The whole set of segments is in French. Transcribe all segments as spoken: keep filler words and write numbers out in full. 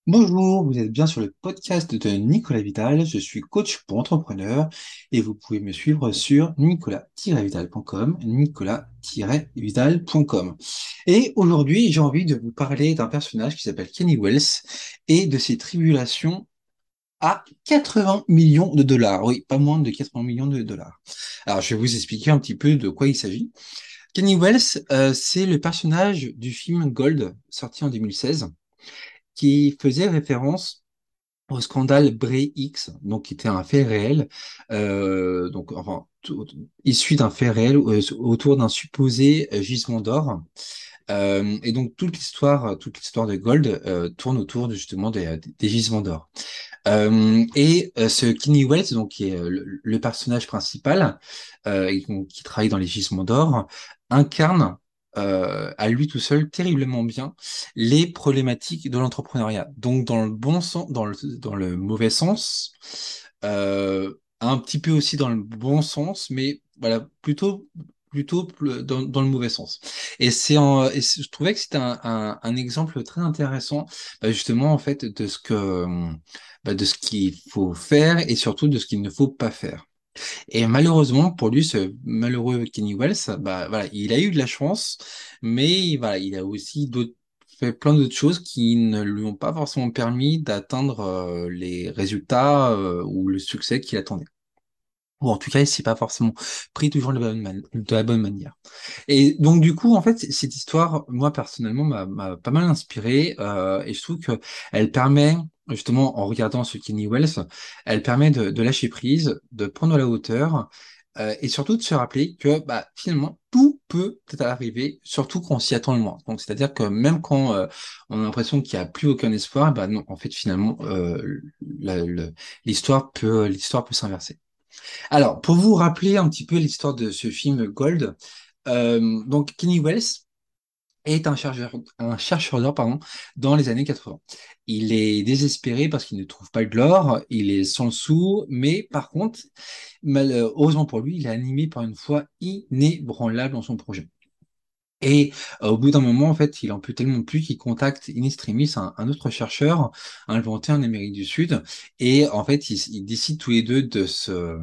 Bonjour, vous êtes bien sur le podcast de Nicolas Vidal. Je suis coach pour entrepreneurs et vous pouvez me suivre sur nicolas-vidal point com, nicolas-vidal point com. Et aujourd'hui, j'ai envie de vous parler d'un personnage qui s'appelle Kenny Wells et de ses tribulations à quatre-vingts millions de dollars. Oui, pas moins de quatre-vingts millions de dollars. Alors, je vais vous expliquer un petit peu de quoi il s'agit. Kenny Wells, euh, c'est le personnage du film Gold, sorti en deux mille seize, qui faisait référence au scandale Bray X, donc qui était un fait réel, euh, donc enfin tout- issu d'un fait réel euh, autour d'un supposé euh, gisement d'or. Euh, et donc toute l'histoire, toute l'histoire de Gold euh, tourne autour de, justement des, des gisements d'or. Euh, et euh, ce Kenny Wells, donc qui est euh, le, le personnage principal, euh, et donc, qui travaille dans les gisements d'or, incarne euh, à lui tout seul terriblement bien les problématiques de l'entrepreneuriat. Donc dans le bon sens, dans le, dans le mauvais sens, euh, un petit peu aussi dans le bon sens, mais voilà, plutôt plutôt pl- dans, dans le mauvais sens. Et c'est en, et c'est- je trouvais que c'était un, un, un exemple très intéressant, bah, justement en fait de ce que bah, de ce qu'il faut faire et surtout de ce qu'il ne faut pas faire. Et malheureusement pour lui, ce malheureux Kenny Wells, bah voilà, il a eu de la chance, mais voilà, il a aussi d'autres fait plein d'autres choses qui ne lui ont pas forcément permis d'atteindre euh, les résultats euh, ou le succès qu'il attendait. Ou en tout cas, il s'est pas forcément pris toujours de la bonne, man- de la bonne manière. Et donc du coup, en fait, c- cette histoire, moi personnellement, m'a m'a pas mal inspiré euh, et je trouve que elle permet, justement, en regardant ce Kenny Wells, elle permet de, de lâcher prise, de prendre la hauteur euh, et surtout de se rappeler que bah, finalement tout peut peut-être arriver, surtout quand on s'y attend le moins. Donc c'est-à-dire que même quand euh, on a l'impression qu'il n'y a plus aucun espoir, bah non, en fait finalement euh, la- le- l'histoire peut l'histoire peut s'inverser. Alors, pour vous rappeler un petit peu l'histoire de ce film Gold, euh, donc Kenny Wells est un chercheur, un chercheur d'or, pardon, dans les années quatre-vingts. Il est désespéré parce qu'il ne trouve pas de l'or, il est sans le sou, mais par contre, malheureusement pour lui, il est animé par une foi inébranlable dans son projet. Et euh, au bout d'un moment, en fait, il en peut tellement plus qu'il contacte in extremis un, un autre chercheur inventé en Amérique du Sud, et en fait, ils, ils décident tous les deux de se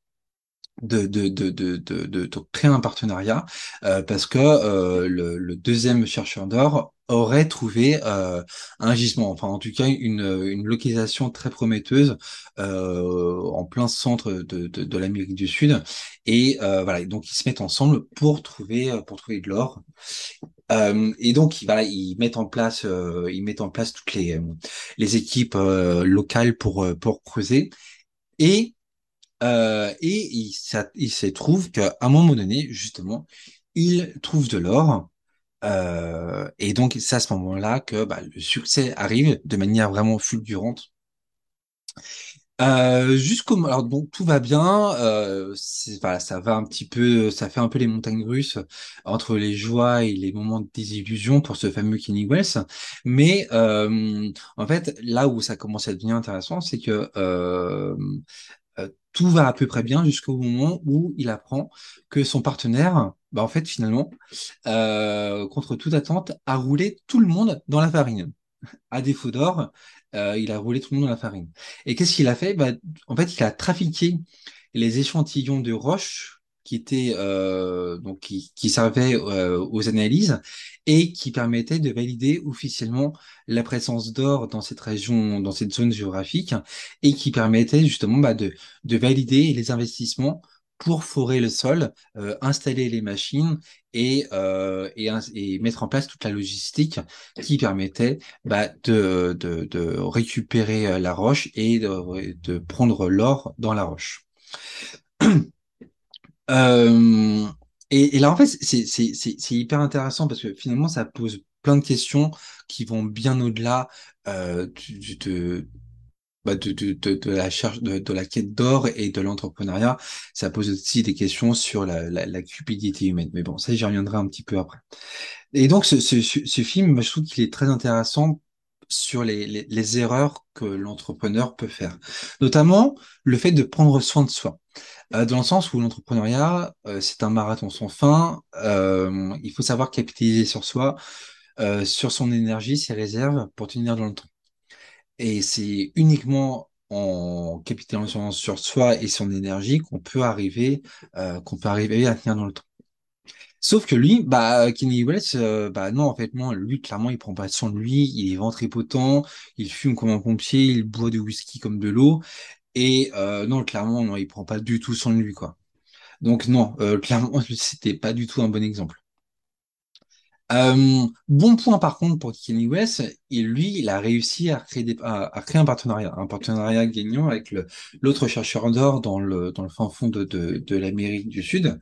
de, de, de, de, de, de- de créer un partenariat euh, parce que euh, le, le deuxième chercheur d'or aurait trouvé euh, un gisement, enfin en tout cas une, une localisation très prometteuse euh, en plein centre de, de, de l'Amérique du Sud et euh, voilà, donc ils se mettent ensemble pour trouver pour trouver de l'or. Euh, et donc, voilà, ils mettent en place, euh, ils mettent en place toutes les, euh, les équipes euh, locales pour, euh, pour creuser. Et euh, et il, ça- il se trouve qu'à un moment donné, justement, il trouve de l'or. Euh, et donc, c'est à ce moment-là que bah, le succès arrive de manière vraiment fulgurante. Euh, jusqu'au, alors donc tout va bien. Euh, c'est- voilà, ça va un petit peu, ça fait un peu les montagnes russes entre les joies et les moments de désillusion pour ce fameux Kenny Wells. Mais euh, en fait, là où ça commence à devenir intéressant, c'est que euh, euh, tout va à peu près bien jusqu'au moment où il apprend que son partenaire, bah en fait finalement, euh, contre toute attente, a roulé tout le monde dans la farine. À défaut d'or, euh, il a roulé tout le monde dans la farine. Et qu'est-ce qu'il a fait? Bah, en fait, il a trafiqué les échantillons de roches qui étaient euh, donc qui, qui servaient euh, aux analyses et qui permettaient de valider officiellement la présence d'or dans cette région, dans cette zone géographique, et qui permettaient justement bah, de, de valider les investissements pour forer le sol, euh, installer les machines et, euh, et, ins- et mettre en place toute la logistique qui permettait bah, de, de, de récupérer euh, la roche et de, de prendre l'or dans la roche. Euh, et, et là, en fait, c'est c'est- c'est- c'est hyper intéressant parce que finalement, ça pose plein de questions qui vont bien au-delà euh, du- du- de, bah, de, de, de, de la cherche, de, de la quête d'or et de l'entrepreneuriat. Ça pose aussi des questions sur la, la, la cupidité humaine. Mais bon, ça, j'y reviendrai un petit peu après. Et donc, ce, ce, ce ce film, moi, je trouve qu'il est très intéressant sur les, les, les erreurs que l'entrepreneur peut faire. Notamment, le fait de prendre soin de soi. Euh, dans le sens où l'entrepreneuriat, euh, c'est un marathon sans fin. Euh, il faut savoir capitaliser sur soi, euh, sur son énergie, ses réserves pour tenir dans le temps. Et c'est uniquement en capitalisant sur soi et son énergie qu'on peut arriver, euh, qu'on peut arriver à tenir dans le temps. Sauf que lui, bah, Kenny West, euh, bah non, en fait, non, lui, clairement, il prend pas soin de lui, il est ventripotent, il fume comme un pompier, il boit du whisky comme de l'eau, et euh, non, clairement, non, il prend pas du tout soin de lui, quoi. Donc non, euh, clairement, c'était pas du tout un bon exemple. Euh, bon point par contre pour Kenny West, et lui, il a réussi à créer, des, à, à créer un partenariat, un partenariat gagnant avec le, l'autre chercheur d'or dans le, dans le fin fond de, de, de l'Amérique du Sud.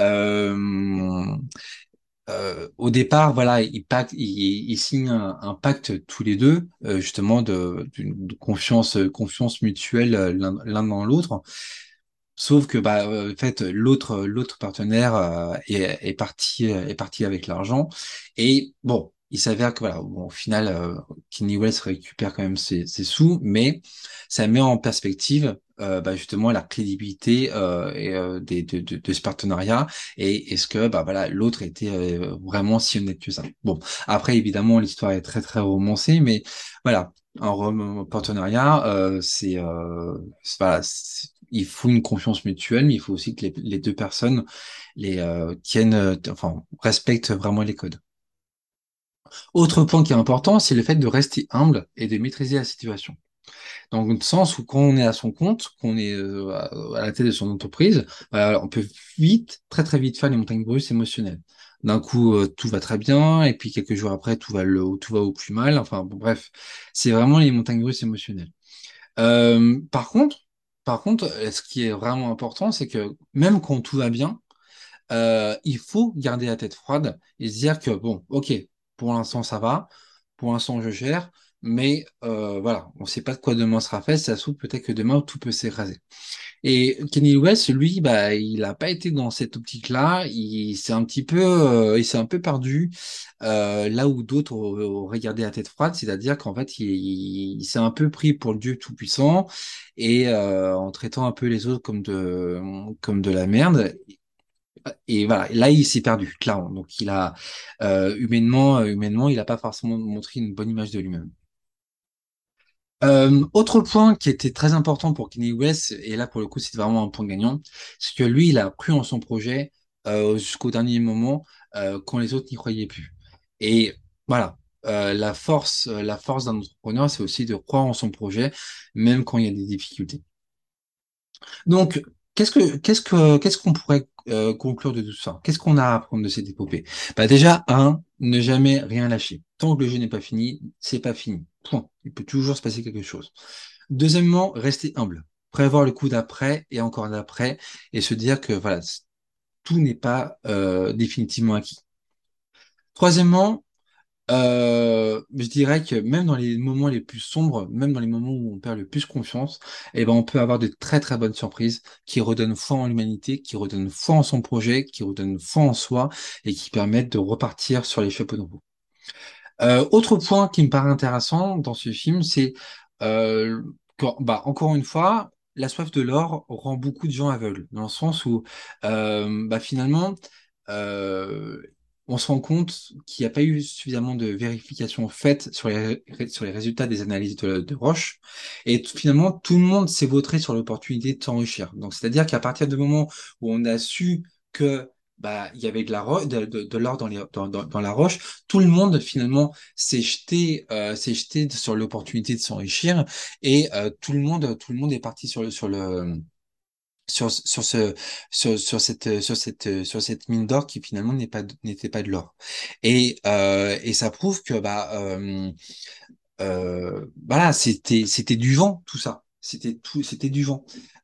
Euh, euh, Au départ, voilà, ils, pactent, ils, ils signent un, un pacte tous les deux, euh, justement de, d'une- de confiance, confiance mutuelle euh, l'un l'un dans l'autre. Sauf que bah euh, en fait l'autre l'autre partenaire euh, est, est parti euh, est parti avec l'argent et bon il s'avère que voilà bon, au final euh, Kanye West récupère quand même ses, ses sous mais ça met en perspective euh, bah, justement la crédibilité euh, et, euh, des, de, de, de ce partenariat et est-ce que bah voilà l'autre était euh, vraiment si honnête que ça. Bon après évidemment l'histoire est très très romancée mais voilà un rom- partenariat euh, c'est euh, c'est- voilà c'est- il faut une confiance mutuelle, mais il faut aussi que les, les deux personnes les euh, tiennent, euh, enfin, respectent vraiment les codes. Autre point qui est important, c'est le fait de rester humble et de maîtriser la situation. Dans le sens où quand on est à son compte, qu'on est euh, à à la tête de son entreprise, voilà, on peut vite, très très vite faire les montagnes russes émotionnelles. D'un coup, euh, tout va très bien, et puis quelques jours après, tout va le, tout va au plus mal. Enfin, bon, bref, c'est vraiment les montagnes russes émotionnelles. Euh, par contre, par contre, euh, ce qui est vraiment important, c'est que même quand tout va bien, euh, il faut garder la tête froide et se dire que bon, ok, pour l'instant ça va, pour l'instant je gère, mais euh, voilà, on ne sait pas de quoi demain sera fait. Ça se trouve peut-être que demain tout peut s'écraser. Et Kanye West, lui, bah, il n'a pas été dans cette optique-là. Il s'est un petit peu, euh, il s'est un peu perdu euh, là où d'autres auraient auraient gardé la tête froide, c'est-à-dire qu'en fait, il, il- il s'est un peu pris pour le Dieu tout-puissant et euh, en traitant un peu les autres comme de, comme de la merde. Et voilà, là, il s'est perdu, clairement. Donc, il a euh, humainement, euh, humainement, il n'a pas forcément montré une bonne image de lui-même. Euh, autre point qui était très important pour Kanye West, et là pour le coup c'est vraiment un point gagnant, c'est que lui il a cru en son projet euh, jusqu'au dernier moment euh, quand les autres n'y croyaient plus. Et voilà, euh, la force, euh, la force d'un entrepreneur, c'est aussi de croire en son projet même quand il y a des difficultés. Donc qu'est-ce que qu'est-ce que qu'est-ce qu'on pourrait euh, conclure de tout ça? Qu'est-ce qu'on a à apprendre de cette épopée? Bah déjà un, ne jamais rien lâcher. Tant que le jeu n'est pas fini, c'est pas fini. Point. Il peut toujours se passer quelque chose. Deuxièmement, rester humble. Prévoir le coup d'après et encore d'après et se dire que voilà, c- tout n'est pas euh, définitivement acquis. Troisièmement, euh, je dirais que même dans les moments les plus sombres, même dans les moments où on perd le plus confiance, eh ben on peut avoir de très très bonnes surprises qui redonnent foi en l'humanité, qui redonnent foi en son projet, qui redonnent foi en soi et qui permettent de repartir sur les chapeaux de roue. Euh, autre point qui me paraît intéressant dans ce film, c'est euh, que, bah, encore une fois, la soif de l'or rend beaucoup de gens aveugles, dans le sens où euh, bah, finalement, euh, on se rend compte qu'il n'y a pas eu suffisamment de vérifications faites sur les, sur les résultats des analyses de, de Roche, et t- finalement, tout le monde s'est vautré sur l'opportunité de s'enrichir. Donc, c'est-à-dire qu'à partir du moment où on a su que bah, il y avait de la ro- de, de, de l'or dans, les, dans, dans, dans la roche, tout le monde finalement s'est jeté, euh, s'est jeté sur l'opportunité de s'enrichir et euh, tout le monde, tout le monde est parti sur le, sur le, sur, sur ce, sur, sur cette, sur cette, sur cette mine d'or qui finalement n'est pas, n'était pas de l'or. Et, euh, et ça prouve que bah, euh, euh, voilà, c'était, c'était du vent tout ça. C'était tout, c'était du vent.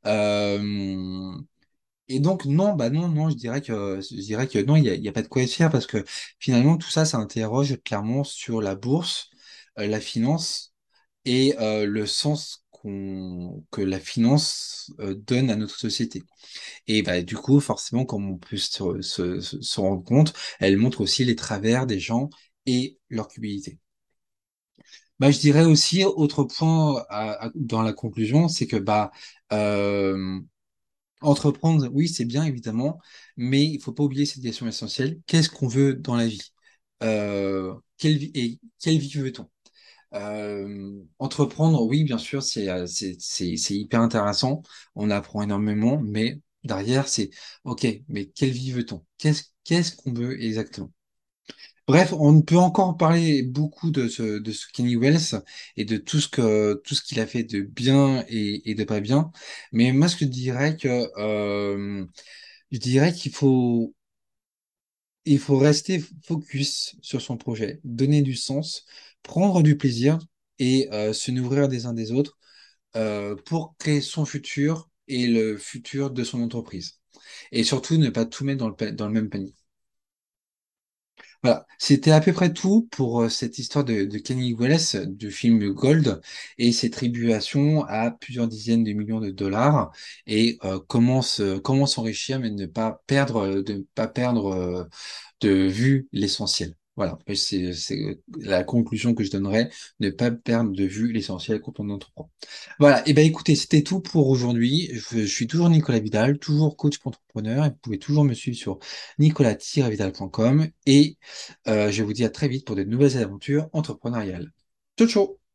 Euh, et donc non, bah non, non, je dirais que je dirais que non, il y a, il y a pas de quoi être fier parce que finalement tout ça, ça interroge clairement sur la bourse, euh, la finance et euh, le sens qu'on que la finance euh, donne à notre société. Et bah du coup, forcément, comme on peut se, se, se se rendre compte, elle montre aussi les travers des gens et leur cupidité. Bah, je dirais aussi, autre point à- à- dans la conclusion, c'est que bah euh, entreprendre, oui, c'est bien évidemment, mais il faut pas oublier cette question essentielle. Qu'est-ce qu'on veut dans la vie? Euh, quelle vie et quelle vie veut-on? Euh, entreprendre, oui, bien sûr, c'est euh, c'est c'est c'est hyper intéressant. On apprend énormément, mais derrière, c'est OK. Mais quelle vie veut-on? Qu'est-ce qu'est-ce qu'on veut exactement? Bref, on peut encore parler beaucoup de ce de ce Kenny Wells et de tout ce que tout ce qu'il a fait de bien et, et de pas bien. Mais moi, ce que je dirais que euh, je dirais qu'il faut il faut rester focus sur son projet, donner du sens, prendre du plaisir et euh, se nourrir des uns des autres euh, pour créer son futur et le futur de son entreprise. Et surtout, ne pas tout mettre dans le, pa- dans le même panier. Voilà, c'était à peu près tout pour euh, cette histoire de, de Kanye West du film Gold et ses tribulations à plusieurs dizaines de millions de dollars et euh, comment se, comment s'enrichir mais ne pas perdre, euh, de ne pas perdre euh, de vue l'essentiel. Voilà, Et c'est c'est la conclusion que je donnerais, ne pas perdre de vue l'essentiel quand on entreprend. Voilà, et ben écoutez, c'était tout pour aujourd'hui. Je, je suis toujours Nicolas Vidal, toujours coach pour entrepreneur, et vous pouvez toujours me suivre sur nicolas tiret vidal point com et euh, je vous dis à très vite pour de nouvelles aventures entrepreneuriales. Ciao, ciao!